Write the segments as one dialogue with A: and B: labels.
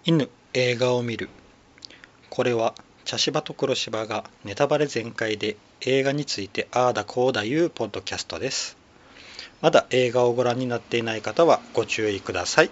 A: 犬映画を見る。これは茶芝と黒芝がネタバレ全開で映画についてああだこうだいうポッドキャストです。まだ映画をご覧になっていない方はご注意ください。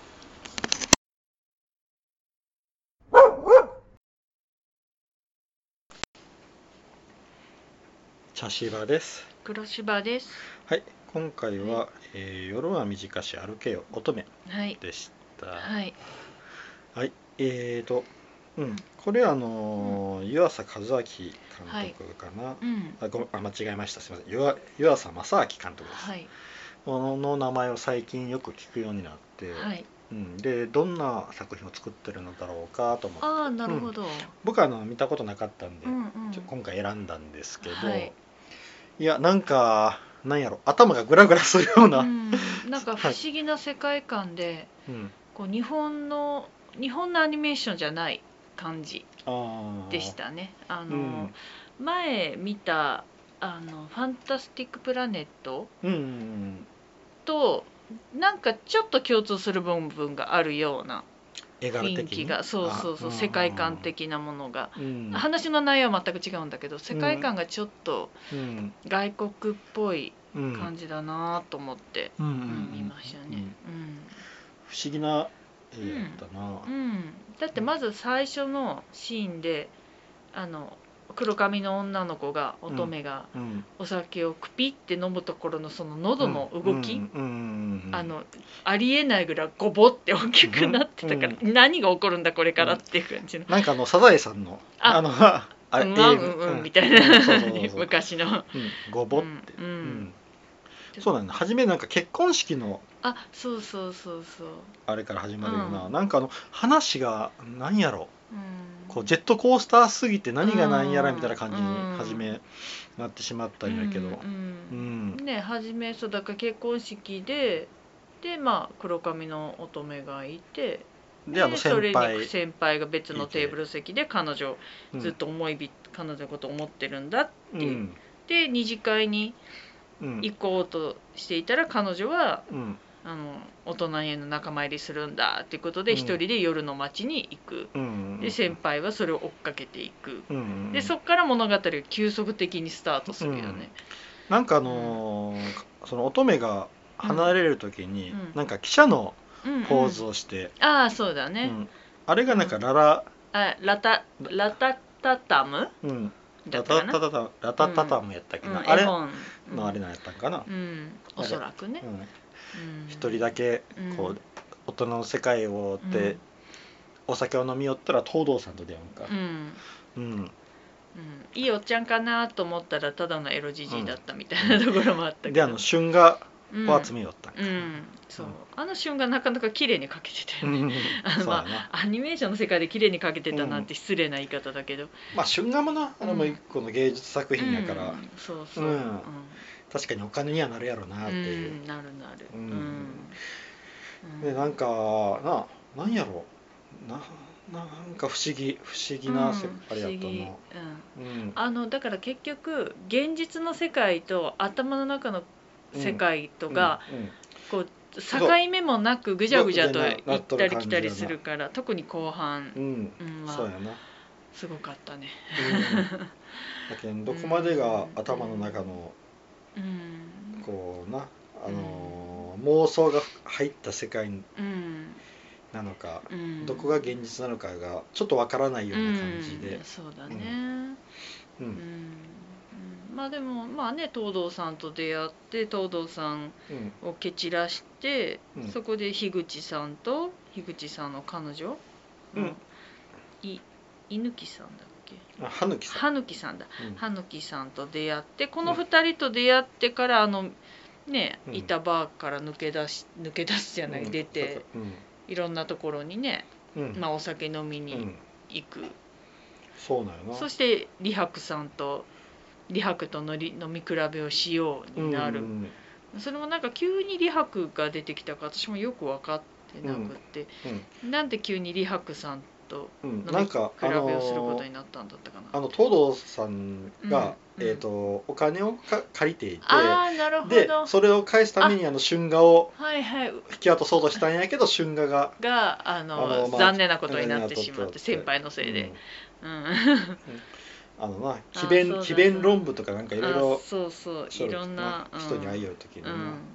A: 茶芝です。
B: 黒芝です。
A: はい、今回は、夜は短し歩けよ乙女
B: はい
A: でした。
B: はい。
A: はい、これ湯浅和明監督かな、間違えました、すみません。湯浅正明監督です、
B: はい。
A: この名前を最近よく聞くようになって、
B: はい。
A: でどんな作品を作ってるのだろうかと思って、
B: ああ、なるほど。
A: 僕は見たことなかったんで、今回選んだんですけど、いやなんやろ、頭がグラグラするような、
B: なんか不思議な世界観で、こう日本のアニメーションじゃない感じでしたね。前見たファンタスティックプラネットとなんかちょっと共通する部分があるような雰囲気が、そう世界観的なものが、話の内容は全く違うんだけど、世界観がちょっと外国っぽい感じだなと思って見ましたね。
A: 不思議な絵やったな。
B: だってまず最初のシーンで黒髪の女の子が乙女がお酒をクピって飲むところのその喉の動き、ありえないぐらいゴボって大きくなってたから、何が起こるんだこれからっていう感じの、
A: なんかサザエさんのあれ
B: みたいな昔の
A: ゴボって、そうなんだ。初めなんか結婚式の
B: そう
A: あれから始まるよな。なんか話が何やろ、こうジェットコースターすぎて何が何やらみたいな感じに初めなってしまったんやけど、
B: ね、初めそうだから結婚式で黒髪の乙女がいて、でそれに先輩が別のテーブル席で彼女ずっと彼女のことを思ってるんだっていう、で二次会に行こうとしていたら彼女は、大人への仲間入りするんだっていうことで一人で夜の街に行く、で先輩はそれを追っかけていく、でそっから物語が急速的にスタートするよね。
A: なんかその乙女が離れる時に、なんか記者のポーズをして、
B: そうだね、
A: あれがなんか
B: ラタタタム、
A: ラタタタムやったっけな、あれのあれなんやったんかな、
B: おそらくね。
A: 一人だけこう大人の世界を追ってお酒を飲み寄ったら東堂さんと出会うんか、
B: いいおっちゃんかなと思ったらただのエロじじいだったみたいなところもあったけど、
A: で春画を集めよったんか、
B: そう、春画なかなか綺麗に描けてたよね。アニメーションの世界で綺麗に描けてたなんて失礼な言い方だけど、
A: 春画もな、もう一個の芸術作品やから、確かにお金にはなるやろなっていう、
B: なる
A: でなんかなんやろなんか不思議なあれやった
B: な。だから結局現実の世界と頭の中の世界とがこう境目もなくぐじゃぐじゃと行ったり来たりするから、特に後半はすごかったね。
A: だけどどこまでが頭の中のこうな妄想が入った世界なのか、どこが現実なのかがちょっとわからないような感じで、
B: そうだね。でも東堂さんと出会って東堂さんを蹴散らして、そこで樋口さんと樋口さんの彼女、犬木さんだっけ、羽貫さんだ、羽貫さんと出会って、この2人と出会ってからいたバーから抜け出すじゃない、出ていろんなところにね、お酒飲みに行く。
A: そうなんよな。
B: そして李白との飲み比べをしようになる、それもなんか急に李白が出てきたか私もよく分かってなくって、なんで急に李白さんと飲み比べをすることになったんだったかな。
A: 東堂さんが、お金を借りていて、
B: なるほど。
A: でそれを返すために春画を引き渡そうとしたんやけど、春画が
B: 残念なことになってしまって、先輩のせいで。
A: 詭弁論文とかなんかいろいろ
B: いろんな
A: 人に会いよる時に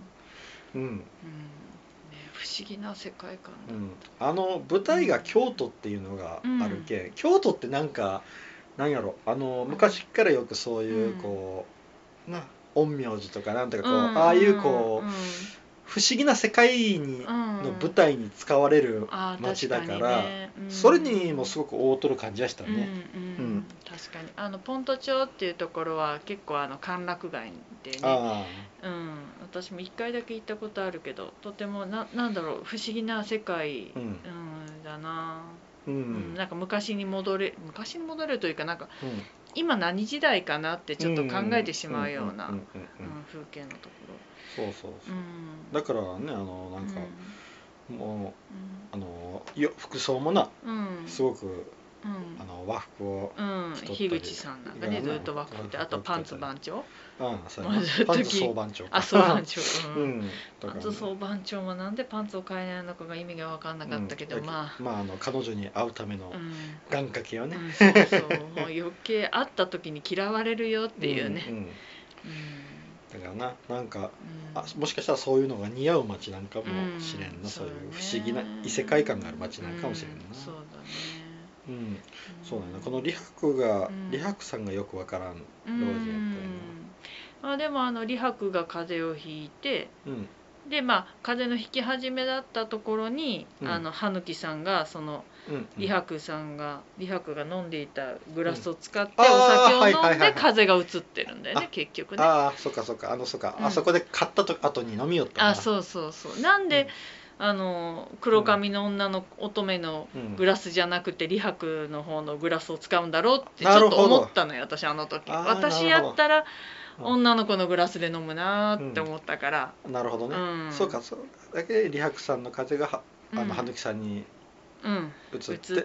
B: 不思議な世界観
A: だった。舞台が京都っていうのがあるけん、京都ってなんかなんやろ、昔からよくそういうこう陰陽師とかなんとかこう、ああいうこう不思議な世界の舞台に使われる街だから、それにもすごく合うとる感じがしたね。
B: 確かにポント町っていうところは結構歓楽街でね、私も1回だけ行ったことあるけど、とてもなんだろう、不思議な世界、だな。なんか昔に戻れるというか、なんか、今何時代かなってちょっと考えてしまうような風景のところ。だ
A: からね、なんかもう服装もすごく和服を
B: 樋口さんなんかね、ずっと和服で、あとパンツ番長、
A: パンツ総番長、
B: パンツ総番長もなんでパンツを買えないのかが意味が分かんなかったけど、
A: 彼女に会うための願掛けをね、
B: もう余計会った時に嫌われるよっていうね。
A: だからなんかもしかしたらそういうのが似合う街なんかもしれんな、そういう不思議な異世界観がある街なんかもしれんな。
B: そうだね。
A: そうだね。この李白さんがよくわからん老人やったよな。
B: でも李白が風邪をひいて、で風邪のひき始めだったところに羽貫さんがその李白が飲んでいたグラスを使ってお酒を飲んで風邪が移ってるんだよね、結局ね。
A: そっかあそこで買った後に飲みよったな。
B: そうなんで黒髪の女の乙女のグラスじゃなくて李白の方のグラスを使うんだろうってちょっと思ったのよ、私時。私やったら女の子のグラスで飲むなって思ったから。
A: なるほどね。そうか、そうだけ李白さんの風が羽貫さんに移って、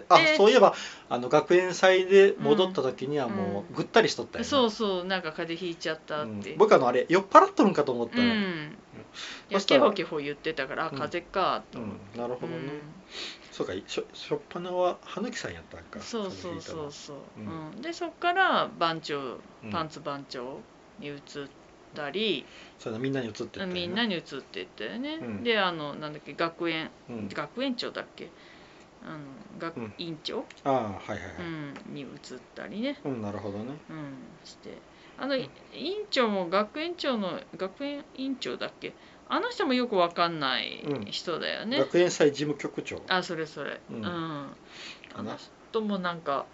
A: そういえば学園祭で戻った時にはもうぐったりしとったよね。
B: なんか風邪ひいちゃったって。
A: 僕あれ酔っ払っとるんかと思ったの。
B: ケホケホ言ってたから風邪かと。
A: なるほどね。そうか、しょっぱなは羽貫さんやったんか。
B: そうでそっからパンツ番長に移ったり、
A: みんなに移ってったよね。
B: みんなに移っていったよね。でなんだっけ、学園長だっけ、院長に移ったりね。
A: なるほどね。
B: して院長も学園院長だっけ、あの人もよくわかんない人だよね。
A: 学園祭事務局長。
B: それあの人もなんか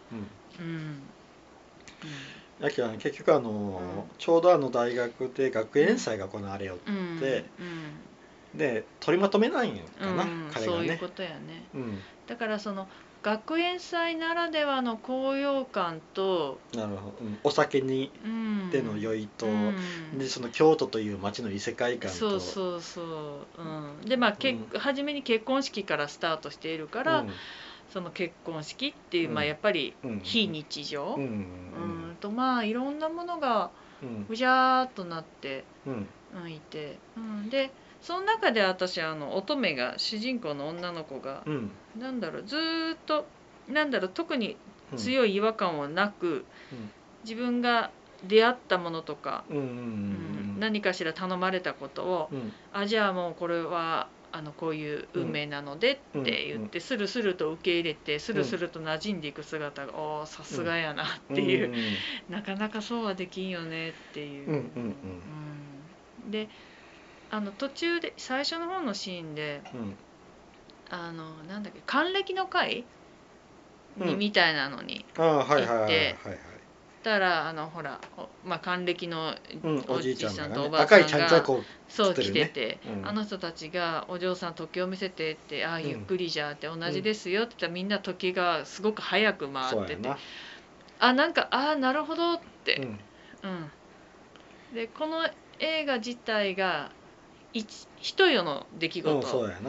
A: だけど結局ちょうど大学で学園祭が行われよって、で取りまとめないんかな、彼がね。
B: そういうことやね。だからその学園祭ならではの高揚感と、
A: お酒にでの酔いと、でその京都という街の異世界観と、
B: で初めに結婚式からスタートしているから、その結婚式っていうやっぱり非日常といろんなものがぐじゃーっとなっていて、でその中で私乙女が主人公の女の子がなんだろう、ずーっと特に強い違和感はなく、自分が出会ったものとか何かしら頼まれたことをじゃあもうこれはこういう運命なのでって言ってスルスルと受け入れてスルスルと馴染んでいく姿がさすがやなっていう、なかなかそうはできんよねっていう。で途中で最初の方のシーンでなんだっけ、還暦の会みたいなのに行ってたらほら還暦のおじいさんとおばあさんが来てて、あの人たちが「お嬢さん時計を見せて」って「ゆっくりじゃ」って「同じですよ」って言ったらみんな時計がすごく早く回ってて、なんかなるほどって。でこの映画自体が一夜の出来事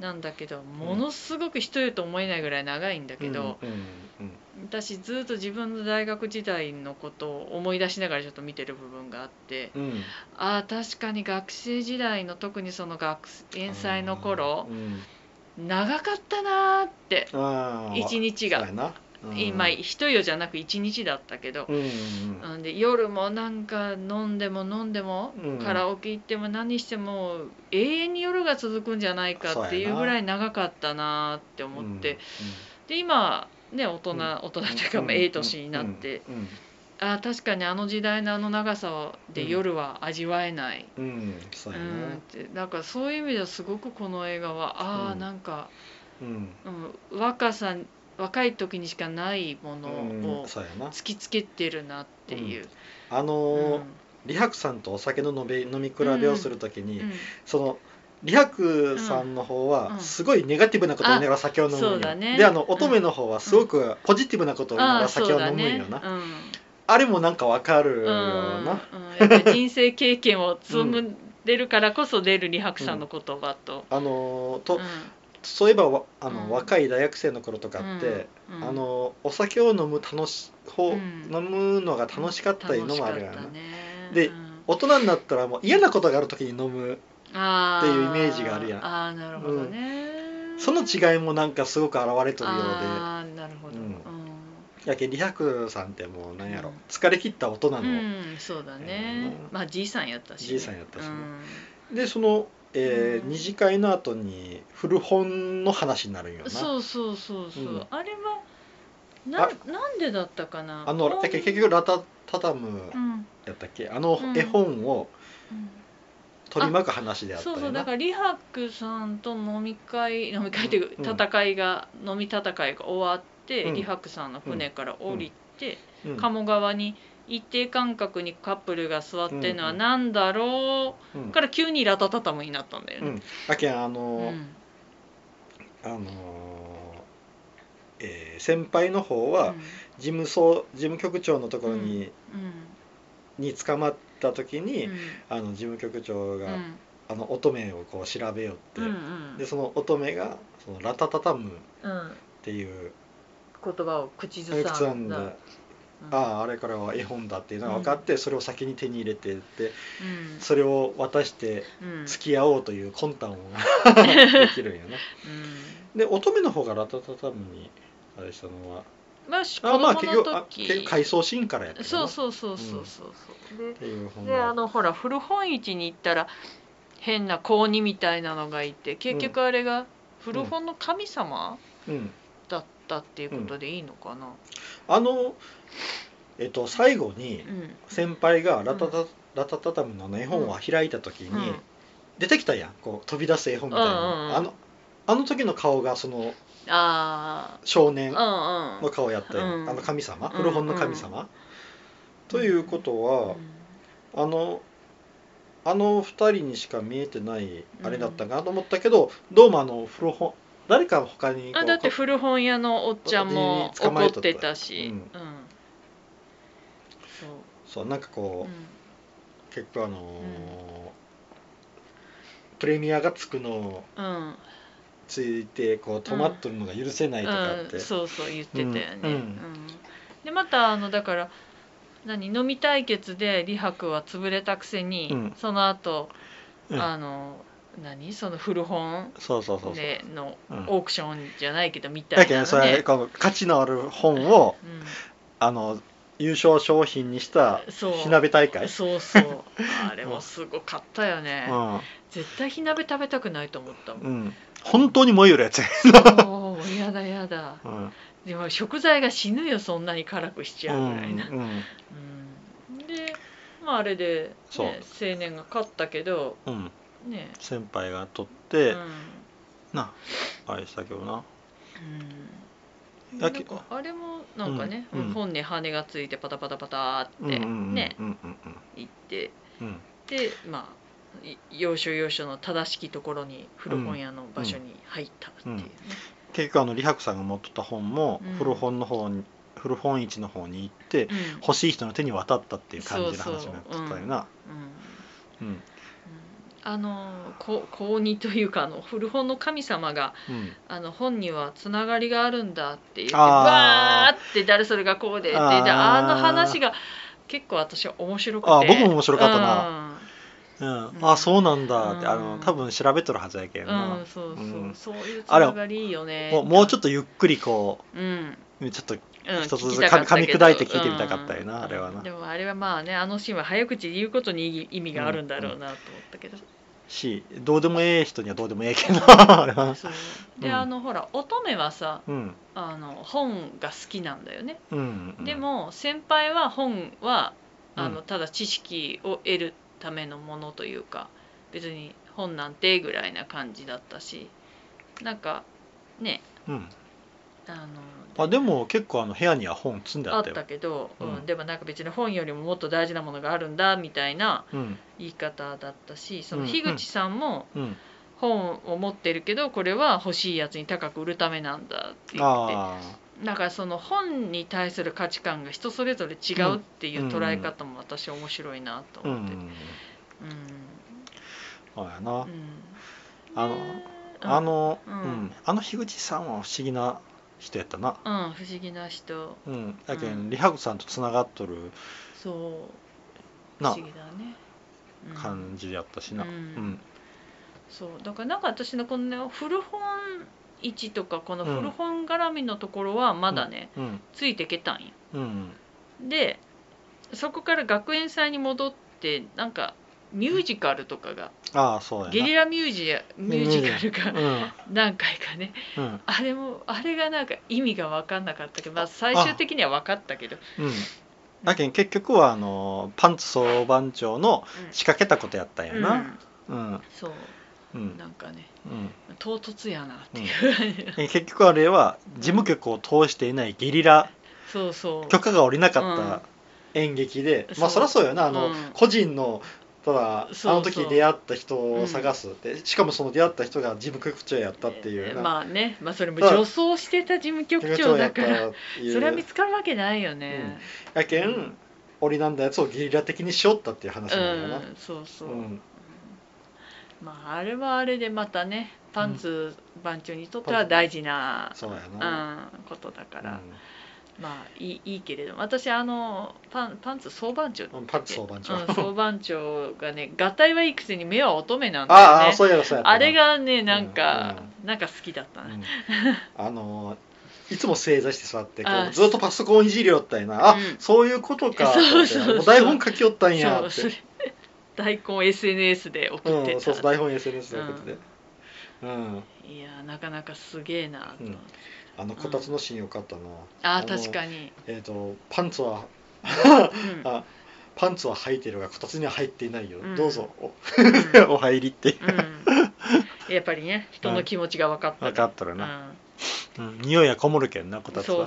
B: なんだけど、ものすごく一人と思えないぐらい長いんだけど、私ずっと自分の大学時代のことを思い出しながらちょっと見てる部分があって、ああ確かに学生時代の特にその連載の頃、長かったなーって一日が。今一夜じゃなく一日だったけど、で夜もなんか飲んでもカラオケ行っても何しても永遠に夜が続くんじゃないかっていうぐらい長かったなって思って、で今ね大人というかいい年になって、あ確かにあの時代のあの長さで夜は味わえない、なんかそういう意味ではすごくこの映画はなんか、若い時にしかないものを突きつけてるなっていう。
A: 李白さんとお酒の飲み比べをするときに、その李白さんの方はすごいネガティブなことを言いながら酒を飲むんよ、で乙女の方はすごくポジティブなことを言いながら酒を飲むんよな。あれもなんかわかるよな。
B: やっぱり人生経験を積んでるからこそ出る李白さんの言葉と。
A: そういえば若い大学生の頃とかって、お酒を飲むのが楽しかったいうのもあるよな。で大人になったらもう嫌なことがある時に飲むっていうイメージがあるやん。
B: なるほどね。
A: その違いもなんかすごく現れとるようで。
B: なるほど。
A: やけ李白さんってもうなんやろ、疲れ切った大人の。
B: そうだね。まあじいさんやったし。
A: じいさんやったしね。でその二次会の後に古本の話になるんよな。
B: そう、あれはなんでだったかな。
A: 結局ラタタタムやったっけ、絵本を取り巻く話であったよな。
B: そうだから李白さんと飲み会っていう戦いが終わって、李白さんの船から降りて、鴨川に一定間隔にカップルが座ってるのは何だろう、から急にラタタタムになったんだよね。
A: 先輩の方は事務局長のところに捕まった時に、事務局長が乙女をこう調べよって、でその乙女がそのラタタタムっていう
B: 言葉を口ずさんだ。
A: あれからは絵本だっていうのが分かって、それを先に手に入れてって、それを渡して付き合おうという魂胆ができるんよね。で乙女の方がラタタタムにあれしたのは
B: 子供の時
A: 回想シーンからやった
B: そうでほら古本市に行ったら変な高2みたいなのがいて、結局あれが古本の神様だったっていうことでいいのかな。
A: 最後に先輩がラタタタムの絵本を開いた時に出てきたやん、こう飛び出す絵本みたいな。あの時の顔がその少年の顔やったよ、神様、古本の神様。ということはあの2人にしか見えてないあれだったかなと思ったけど、どうも古本誰か他に
B: だって古本屋のおっちゃんも怒ってたし、
A: そうなんかこう、結構プレミアがつくのをついてこう止まっとるのが許せないとかって、
B: そう言ってたよね。でまただから飲み対決で李白は潰れたくせに、その後その古本でのオークションじゃないけどみたいな、ね、
A: だけどそれ価値のある本を、優勝商品にした火鍋大会。
B: あれもすごかったよね。絶対火鍋食べたくないと思ったもん。
A: 本当に燃えるやつ。
B: やだ。でも食材が死ぬよ、そんなに辛くしちゃうぐらいな。であれで青年が勝ったけど、
A: 先輩が取ってあれしたけどな。
B: あれもなんかね、本に羽がついてパタパタパタってねいって、で要所要所の正しきところに古本屋の場所に入ったっていうね。
A: 結局李白さんが持ってた本も古本市の方に行って、欲しい人の手に渡ったっていう感じの話になってたよな。
B: 公認というか古本の神様が、本にはつながりがあるんだって言ってバーって誰それがこうでって話が結構私は面白くて、
A: 僕も面白かったな、そうなんだって、多分調べとるはずやけんな、
B: そういうつながりいいよね。
A: もうちょっとゆっくりこう、ちょっと一つずつ噛み砕いて聞いてみたかったよな、あれはな。
B: でもあれはまあね、シーンは早口で言うことに意味があるんだろうなと思ったけど、
A: どうでもええ人にはどうでもええけどあれは。
B: でほら乙女はさ、本が好きなんだよね、でも先輩は本はただ知識を得るためのものというか、別に本なんてぐらいな感じだったし、なんかね、
A: でも結構部屋には本積んであったよ。
B: あったけど、でもなんか別に本よりももっと大事なものがあるんだみたいな言い方だったし、その樋口さんも本を持ってるけどこれは欲しいやつに高く売るためなんだって言って、だからその本に対する価値観が人それぞれ違うっていう捉え方も私は面白いなと思って、
A: そうやな、樋口さんは不思議な人やったな。
B: 不思議な人。
A: だけど李白さんとつながっとる。
B: 不思議だね。
A: 感じやったしな。
B: そうだからなんか私のこの、ね、古本市とかこの古本絡みのところはまだね、ついてけたんよ。でそこから学園祭に戻ってなんかミュージカルとかがゲリラミュージカルが何回かね、あれがなんか意味が分かんなかったけど、最終的には分かったけど、
A: だけど結局はパンツ総番長の仕掛けたことやったんやな。
B: そうなんかね、唐突やなっていう、
A: 結局あれは事務局を通していないゲリラ許可が下りなかった演劇で、そりゃそうよな、個人のただ時出会った人を探すって、しかもその出会った人が事務局長やったっていう
B: まあね、それも女装してた事務局長だからそれは見つかるわけないよね。
A: やけん折りなんだやつをゲリラ的にしよったっていう話なんだよな。
B: あれはあれでまたね、パンツ番長にとっては大事なことだから、いいけれども、私パンツ総番長総番長がね、がたいはいいくせに目は乙女なんだよね。あれがねなんか好きだったね。
A: いつも正座して座ってずっとパソコンいじりよったんやな。そういうことか。台本書きよったんやって。
B: 台本 SNS で送ってた。
A: 台本 SNS で送ってて。
B: いやなかなかすげえなと。
A: こたつのシーンよかったな。
B: 確かに。
A: パンツはパンツは履いてるがこたつには入っていないよ。どうぞお入りって。
B: やっぱりね、人の気持ちが分かった。
A: 分かったらな。匂いはこもるけんな、こたつは。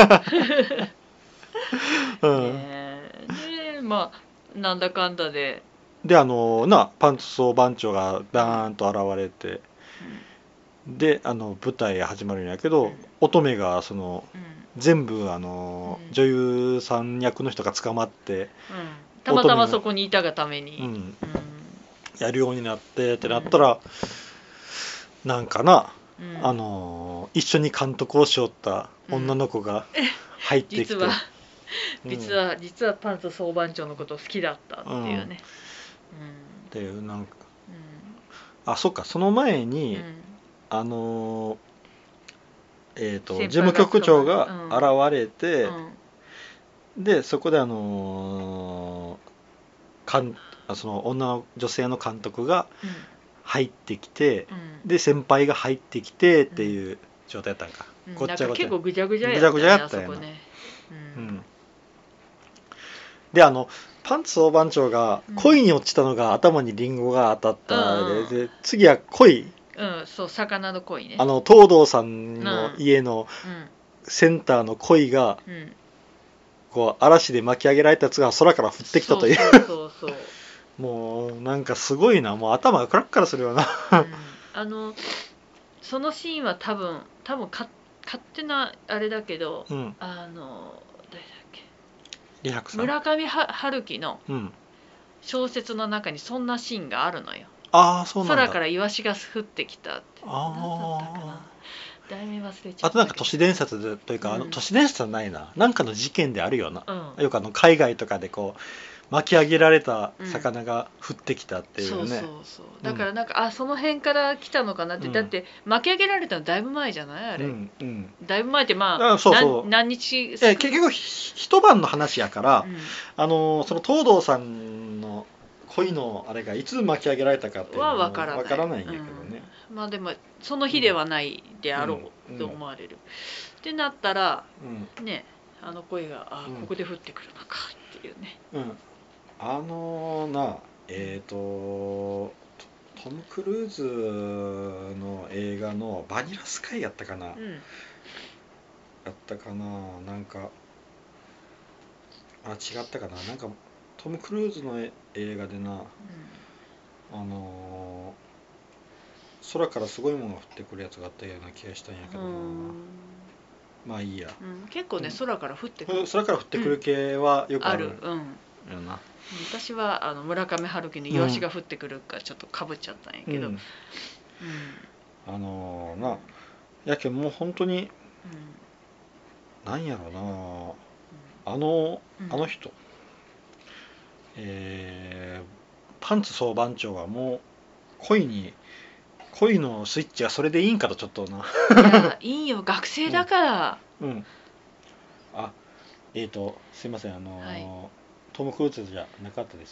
B: でなんだかんだで
A: パンツ総番長がバーンと現れて、で舞台始まるんやけど、乙女が全部女優さん役の人が捕まって、
B: たまたまそこにいたがために
A: やるようになってってなったら、なんかな、一緒に監督をしよった女の子が入ってきて、
B: 実はパンツ総番長のこと好きだったっていうね。
A: っていうなんか、そっか、その前に事務局長が現れて、でそこでその女性の監督が入ってきて、で先輩が入ってきてっていう状態だったんか。
B: ごっちゃごちゃ。結構ぐちゃぐちゃ
A: やったよな。でパンツ総番長が恋に落ちたのが頭にリンゴが当たったで、次は恋。
B: 魚の鯉ね。
A: 東堂さんの家のセンターの鯉が、こう嵐で巻き上げられたやつが空から降ってきたという。もうなんかすごいな、もう頭がクラッカラするよな。
B: そのシーンは多分勝手なあれだけど、誰だっけ、村上春樹の小説の中にそんなシーンがあるのよ。
A: ああそうなんだ。
B: 空からイワシが降ってきたって。何だったかな、題名忘れちゃった。
A: あとなんか都市伝説というか、都市伝説はないな、なんかの事件であるような、よく海外とかでこう巻き上げられた魚が降ってきたっていうね、
B: そうだからなんか、その辺から来たのかなって、だって巻き上げられたのだいぶ前じゃないあれ、だいぶ前って何日
A: 結局一晩の話やから、その東堂さんの恋のあれがいつ巻き上げられたかっていうのは分からないんだけどね、
B: まあでもその日ではないであろうと思われる、ってなったら、ね、あの恋がここで降ってくるのかっていうね、
A: トム・クルーズの映画のバニラスカイやったかな、やったかな、なんか違ったかな、なんかトム・クルーズの映画でな、空からすごいものが降ってくるやつがあったような気がしたんやけどな、まあいいや、
B: 結構ね、空から降ってくる、
A: 空から降ってくる系はよくあるよな。
B: 私は村上春樹の「イワシが降ってくる」かちょっとかぶっちゃったんやけど、
A: やけんもう本当に、なんやろな、あの人、パンツ総番長はもう恋のスイッチはそれでいいんかとちょっとな。
B: いやいいよ、学生だから。
A: すいません、トム・クルーズじゃなかったです。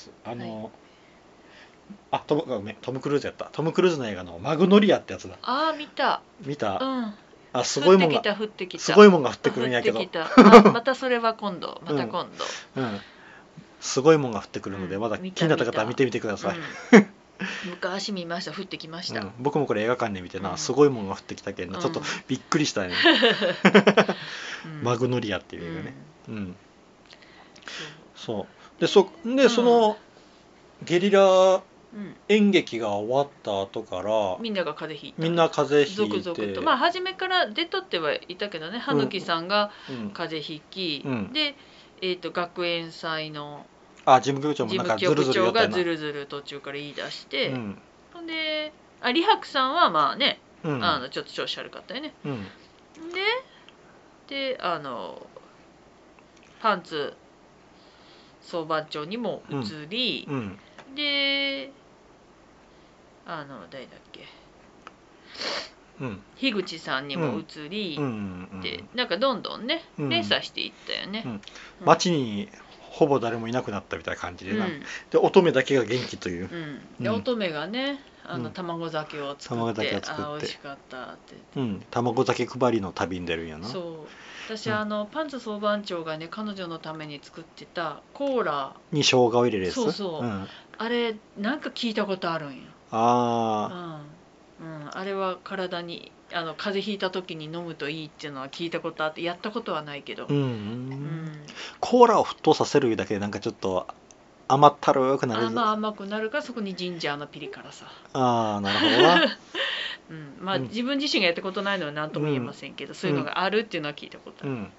A: トム・クルーズやった。トム・クルーズの映画のマグノリアってやつだ。
B: 見た。
A: すごいもんが
B: 降ってきた。
A: すごいもんが降ってくるんやけど。
B: またそれは今度。
A: すごいもんが降ってくるので、まだ気になった方は見てみてください。
B: 昔見ました。降ってきました。
A: 僕もこれ映画館で見てな、すごいもんが降ってきたけんな、ちょっとびっくりしたね。マグノリアっていう映画ね。そうでそのゲリラ演劇が終わった後から
B: みんなが風邪ひいた、
A: みんな風邪ひいて、
B: 続々とまあ初めから出とってはいたけどね、羽貫さんが風邪ひき、で、学園祭の
A: 事務局長もなんか
B: ズルズル言ったな、事務局長がズルズル途中から言い出して、ほんで李白さんはまあね、ちょっと調子悪かったよね、でパンツ総番長にも移り、で誰だっけ、樋口さんにも移り、でなんかどんどんね連鎖していったよね、
A: 街にほぼ誰もいなくなったみたいな感じでな、で乙女だけが元気という、
B: で乙女がね卵酒を作って美味しかったって、
A: 卵酒配りの旅に出るんやな。
B: そう私パンツ総番長がね彼女のために作ってたコーラ
A: に生姜を入れるやつ、
B: あれなんか聞いたことあるんよ。あれは体に風邪ひいた時に飲むといいっていうのは聞いたことあって、やったことはないけど、
A: コーラを沸騰させるだけでなんかちょっと甘ったるくなる。
B: 甘くなるからそこにジンジャーのピリ辛さ。
A: なるほどな。
B: まあ自分自身がやったことないのは何とも言えませんけど、そういうのがあるっていうのは聞いたことある。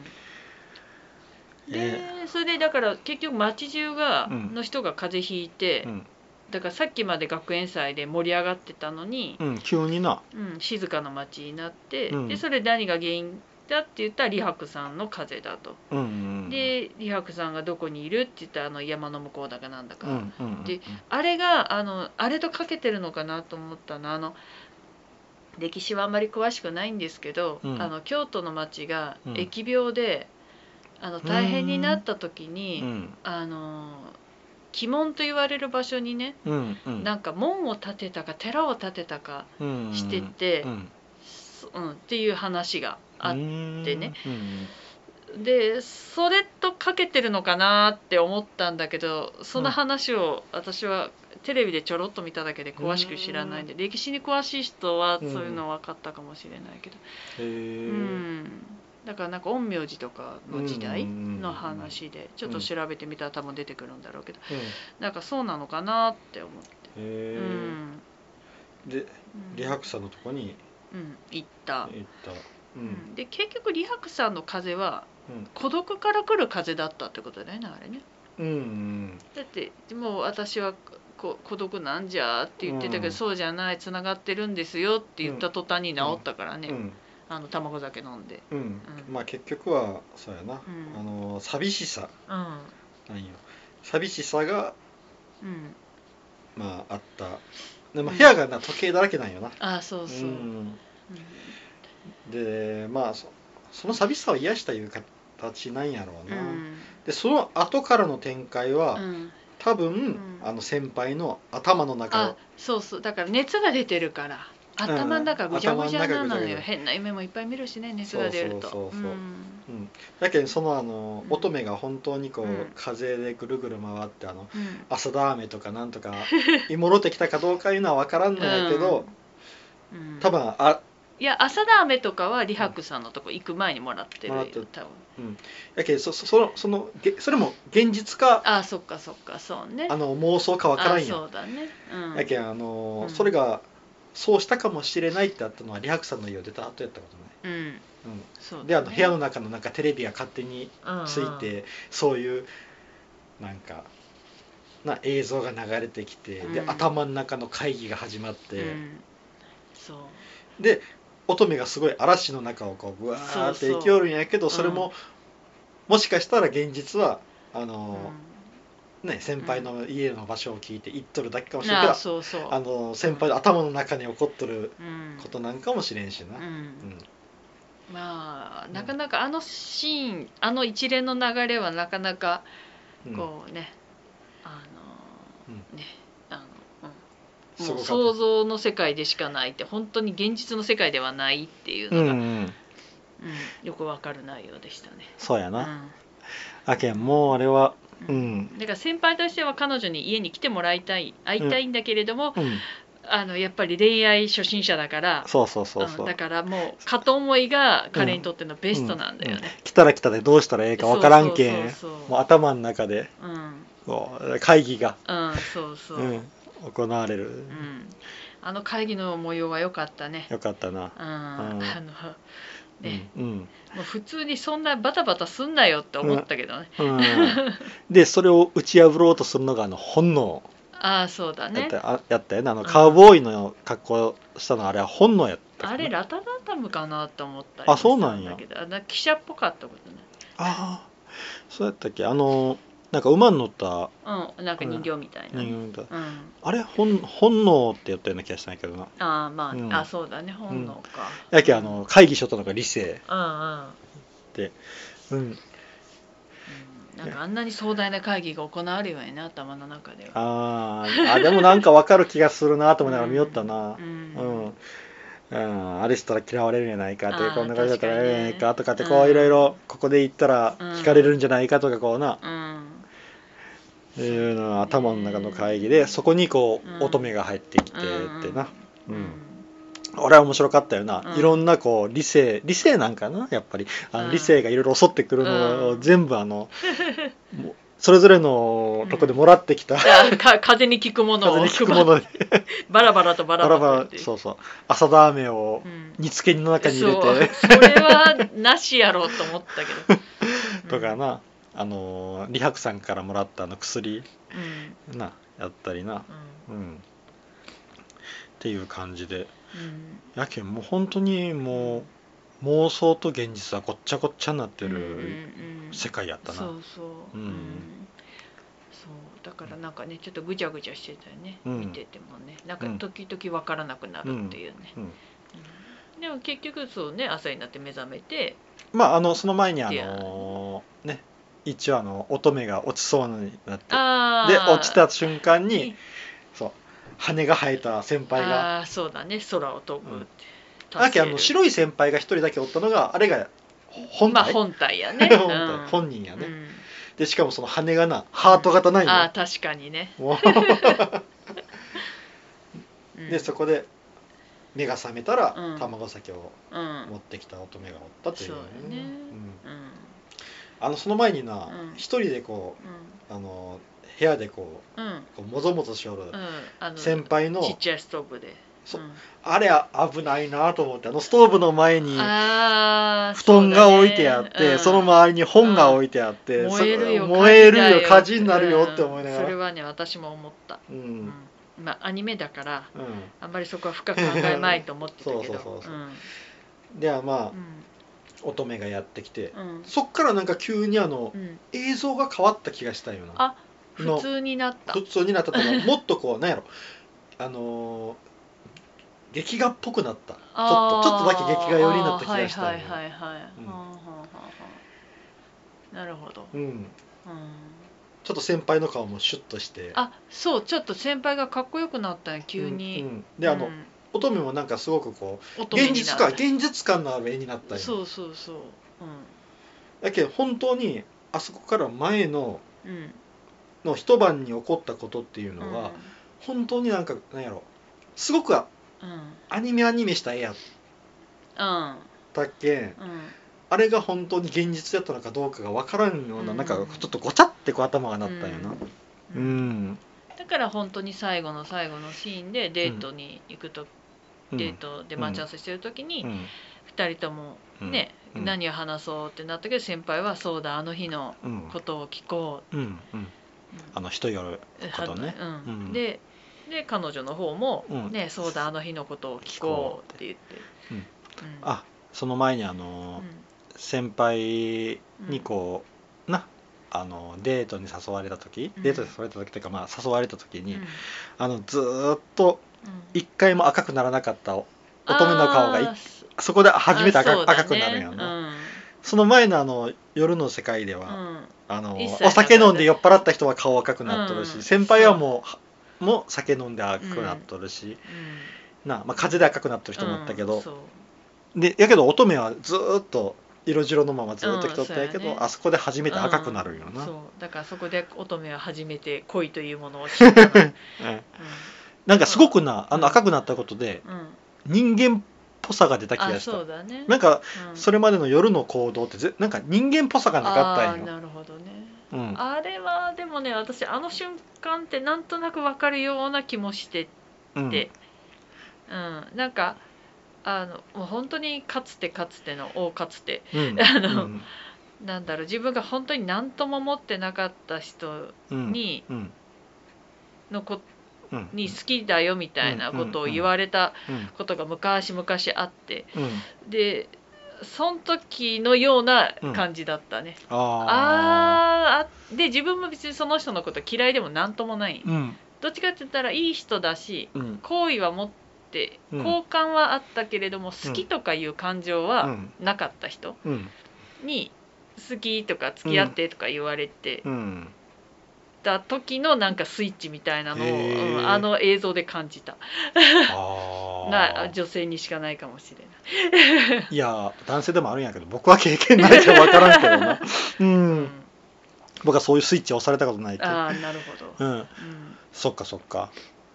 B: でそれでだから結局町中の人が風邪ひいて、だからさっきまで学園祭で盛り上がってたのに、
A: 急にな、
B: 静かな町になって、でそれ何が原因だって言ったら李白さんの風邪だと、で李白さんがどこにいるって言ったら山の向こうだかなんだか、であれがあれとかけてるのかなと思ったの。歴史はあんまり詳しくないんですけど、京都の町が疫病で大変になった時に、鬼門と言われる場所にね、なんか門を建てたか寺を建てたかしてて、っていう話があってね、でそれとかけてるのかなって思ったんだけど、その話を私はテレビでちょろっと見ただけで詳しく知らないんで、歴史に詳しい人はそういうの分かったかもしれないけど、だからなんか陰陽師とかの時代の話でちょっと調べてみたら多分出てくるんだろうけど、なんかそうなのかなって思って。
A: で李白さんのとこに
B: 行った。で結局李白さんの風は孤独から来る風だったってことだよね、あれね。だってもう私は孤独なんじゃって言ってたけど、そうじゃない、つながってるんですよって言った途端に治ったからね、卵酒飲んで、
A: まあ結局はそうやな、寂しさ、なんよ、寂しさが、まああった。でも部屋が時計だらけなんよな。
B: あ、そうそう。
A: でまあその寂しさを癒したいう形なんやろうな。でその後からの展開は、多分、先輩の頭の中を、
B: そうだから熱が出てるから頭の中ぐちゃぐちゃなのよ。変な夢もいっぱい見るしね、熱が出ると。
A: だけどその乙女が本当にこう、風でぐるぐる回って浅田飴とかなんとか戻ってきたかどうかいうのは分からんのやけど、多分
B: いや、浅田飴とかは李白さんのとこ行く前にもらってるよ、多分。
A: だけどそれも現実か、
B: そっかそうね、
A: 妄想か分からんやん。
B: そうだね。
A: だけどそれがそうしたかもしれないってあったのは李白さんの家を出た後やったことね。で部屋の中のテレビが勝手について、そういうなんか映像が流れてきて、で頭の中の会議が始まって、で乙女がすごい嵐の中をこうブワーって行きよるんやけど、それももしかしたら現実は先輩の家の場所を聞いて行っとるだけかもしれないけど、先輩の頭の中に起こっとることなんかもしれんしな。
B: まあなかなかシーン、一連の流れはなかなかこうね、もう想像の世界でしかないって、本当に現実の世界ではないっていうのが、よくわかる内容でしたね。
A: そうやな。もうあれは、
B: だから先輩としては彼女に家に来てもらいたい、会いたいんだけれども、やっぱり恋愛初心者だから、だからもう片思いが彼にとってのベストなんだよね。
A: 来たら来たでどうしたらええかわからんけん、もう頭の中で会議が行われる。
B: 会議の模様は良かったね。
A: 良かったな。
B: もう普通にそんなバタバタすんなよって思ったけどね。
A: でそれを打ち破ろうとするのが本能。
B: そうだね。
A: やったよね。カウボーイの格好したのあれは本能やった。
B: あれラタタタムかなと思ったりもしたんだけど、記者っぽかったことね。
A: そうやったっけ。なんか馬に乗った、
B: なんか人形みたいな、
A: あれ本能って言ったような気がしたんやけどな。
B: そうだね、本能か。
A: やけ会議所とのが理性で、
B: なんかあんなに壮大な会議が行われるよね、頭の中で
A: は。でもなんか分かる気がするなと思いながら見よったな。あれしたら嫌われるんじゃないかって、こんな感じだったらええんじゃないかとかって、こういろいろここで言ったら惹かれるんじゃないかとかこうな、いうの頭の中の会議で、そこにこう乙女が入ってきてってな。俺は面白かったよな。いろんなこう理性なんかな、やっぱり理性がいろいろ襲ってくるのを全部それぞれのとこでもらってきた、
B: 風に聞くものをバラバラと
A: そう浅田飴を煮つけの中に入れて、
B: それはなしやろうと思ったけ
A: どとかな、李白さんからもらった薬なやったりな、っていう感じで、やけんもう本当にもう妄想と現実はごっちゃごっちゃになってる世界やったな。そう
B: だからなんかね、ちょっとぐちゃぐちゃしてたよね、見ててもね、なんか時々分からなくなるっていうね。でも結局そうね、朝になって目覚めて、
A: その前に一応乙女が落ちそうになって、で落ちた瞬間に羽が生えた先輩が、
B: そうだね、空を飛ぶって、
A: 白い先輩が一人だけおったのが、あれが本
B: 体やね。
A: 本人やね。でしかもその羽がハート型ないよ。
B: 確かにね。
A: でそこで目が覚めたら、卵酒を持ってきた乙女がおったというね。その前に一人でこう部屋でこうもぞもぞしよる先輩の
B: ちっちゃいストーブで
A: あれ危ないなと思って、ストーブの前に布団が置いてあって、その周りに本が置いてあって、燃えるよ火事になるよって思いながら、
B: それはね私も思った。まあアニメだから、あんまりそこは深く考えまいと思ってたけど、
A: ではまあ、乙女がやってきて、そっからなんか急に映像が変わった気がしたよな。
B: あ、普通になった。
A: 普通になったとか、もっとこうなんやろ、劇画っぽくなった。ちょっとだけ劇画寄りになった気がしたよ。
B: なるほど。
A: ちょっと先輩の顔もシュッとして。
B: あ、そう、ちょっと先輩がかっこよくなったよ急に。
A: で乙女もなんかすごくこう現実感のある絵になったよ。
B: そうそうそう。
A: だけど本当にあそこから前の一晩に起こったことっていうのは、本当になんかなんやろ、すごくアニメした絵やったっけ、あれが本当に現実だったのかどうかが分からんような、なんかちょっとごちゃってこう頭がなったよな。
B: だから本当に最後のシーンでデートに行くと、デートで待ち合わせしてる時に2人ともね、何を話そうってなったけど、先輩はそうだあの日のことを聞こう、
A: 人よることね。
B: で彼女の方もね、そうだあの日のことを聞こうって言って、
A: あ、その前に先輩にこうデートに誘われた時、デートに誘われた時というか、まあ誘われた時にずーっと一回も赤くならなかった乙女の顔がそこで初めて赤くなるんやな。その前の夜の世界ではお酒飲んで酔っ払った人は顔赤くなっとるし、先輩はもう酒飲んで赤くなっとるし、まあ風邪で赤くなっとる人もおったけど、やけど乙女はずーっと色白のままずっと着とったんやけど、あそこで初めて赤くなるよな。
B: そうだからそこで乙女は初めて恋というものを知った
A: なんかすごく赤くなったことで人間っぽさが出た気がした。なんかそれまでの夜の行動ってなんか人間っぽさがなかったんよ。
B: なるほどね。あれはでもね、私あの瞬間ってなんとなく分かるような気もしてて、なんかもう本当にかつての大かつて、なんだろう、自分が本当に何とも思ってなかった人に、に好きだよみたいなことを言われたことが昔々あって、でその時のような感じだったね。で自分も別にその人のこと嫌いでも何ともない、どっちかって言ったらいい人だし、好意は持って好感はあったけれども、好きとかいう感情はなかった人に好きとか付き合ってとか言われてた時のなんかスイッチみたいなのを、あの映像で感じた。女性にしかないかもしれない。
A: いや男性でもあるんやけど、僕は経験ないから分からんけどな。僕はそういうスイッチを押されたことないけど。
B: なるほど。
A: そっかそっか。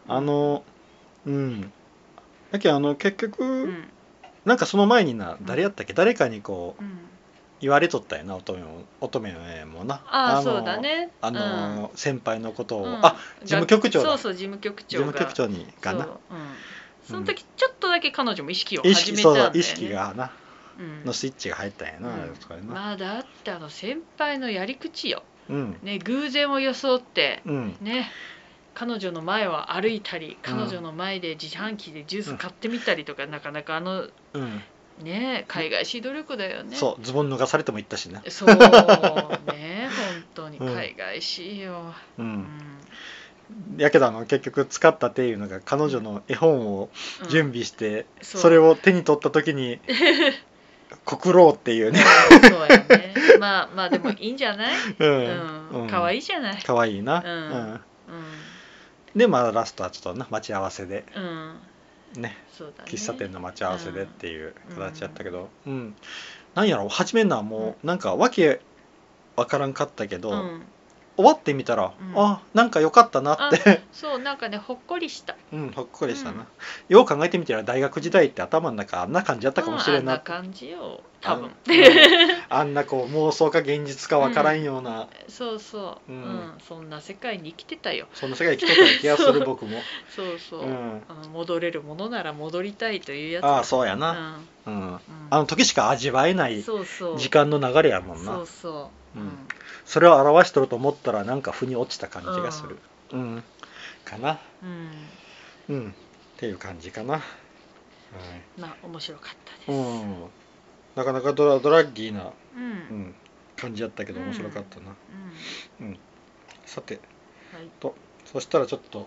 A: だけど結局、なんかその前に誰やったっけ、誰かにこう言われとったよな、乙女もな。
B: そうだね。
A: 先輩のことを、事務局長だ。
B: そう事務局
A: 長にかな。
B: その時ちょっとだけ彼女も意識を始めたんだよね。
A: 意識がなのスイッチが入ったんやな。
B: まあだって先輩のやり口よ。ね、偶然を装ってね。彼女の前を歩いたり、彼女の前で自販機でジュース買ってみたりとか、なかなかね、海外しい努力だよね。
A: そうズボン脱がされても行ったしね。
B: そうね、本当に海外しいよ。
A: やけど結局使ったっていうのが彼女の絵本を準備して、それを手に取った時に告ろうっていうね。
B: そうやね。まあでもいいんじゃない？可愛いじゃない。
A: 可愛いな。でラストはちょっと待ち合わせで、喫茶店の待ち合わせでっていう形やったけど、なんやろ、初めのはもうなんかわけわからんかったけど、終わってみたら、なんか良かったなって。
B: そうなんかね、ほっこりした。
A: ほっこりしたな。よう考えてみたら大学時代って頭の中あんな感じやったかもしれんな。
B: あんな感じよ。 多分
A: あんなこう妄想か現実か分からんような、
B: そうそう、そんな世界に生きてたよ。
A: そんな世界に生きてた気がする僕も
B: そうそう、戻れるものなら戻りたいというやつ。
A: ああそうやな、あの時しか味わえない時間の流れやもんな。
B: そうそう、
A: それを表しとると思ったらなんか腑に落ちた感じがする、かな、っていう感じかな。
B: まあ面白かったです。
A: なかなかドラッギーな、感じやったけど面白かったな。さて、そしたらちょっと、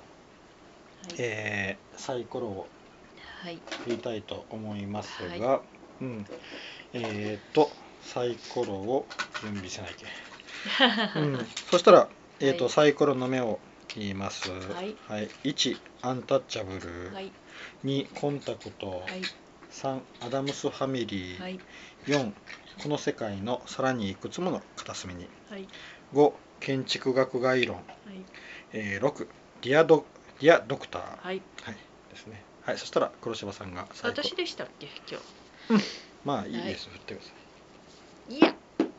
A: サイコロを振りたいと思いますが、サイコロを準備しなきゃ。そしたら、サイコロの目を切ります。1アンタッチャブル、2コンタクト、3アダムスファミリー、4この世界のさらにいくつもの片隅に、5建築学概論、6ディアドクター、ですね。そしたら黒柴さんが
B: 最後。私でしたっけ今
A: 日。まあいいです、振ってください。
B: いや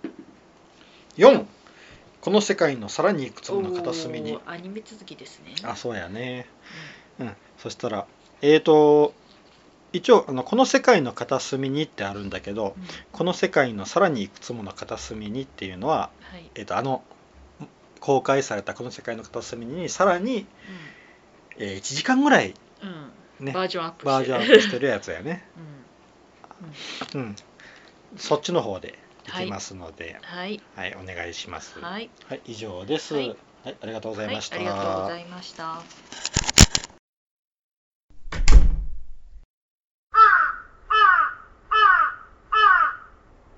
A: 4この世界のさらにいくつもの片隅に。
B: アニメ続きですね。
A: あ、そうやね。そしたら一応この世界の片隅にってあるんだけど、この世界のさらにいくつもの片隅にっていうのは、公開されたこの世界の片隅にさらに、1時間ぐらい、
B: バージョンアッ
A: プしてるやつやね。そっちの方でいきますので、お願いします。以上です。ありがとうございました。
B: ありがとうございました。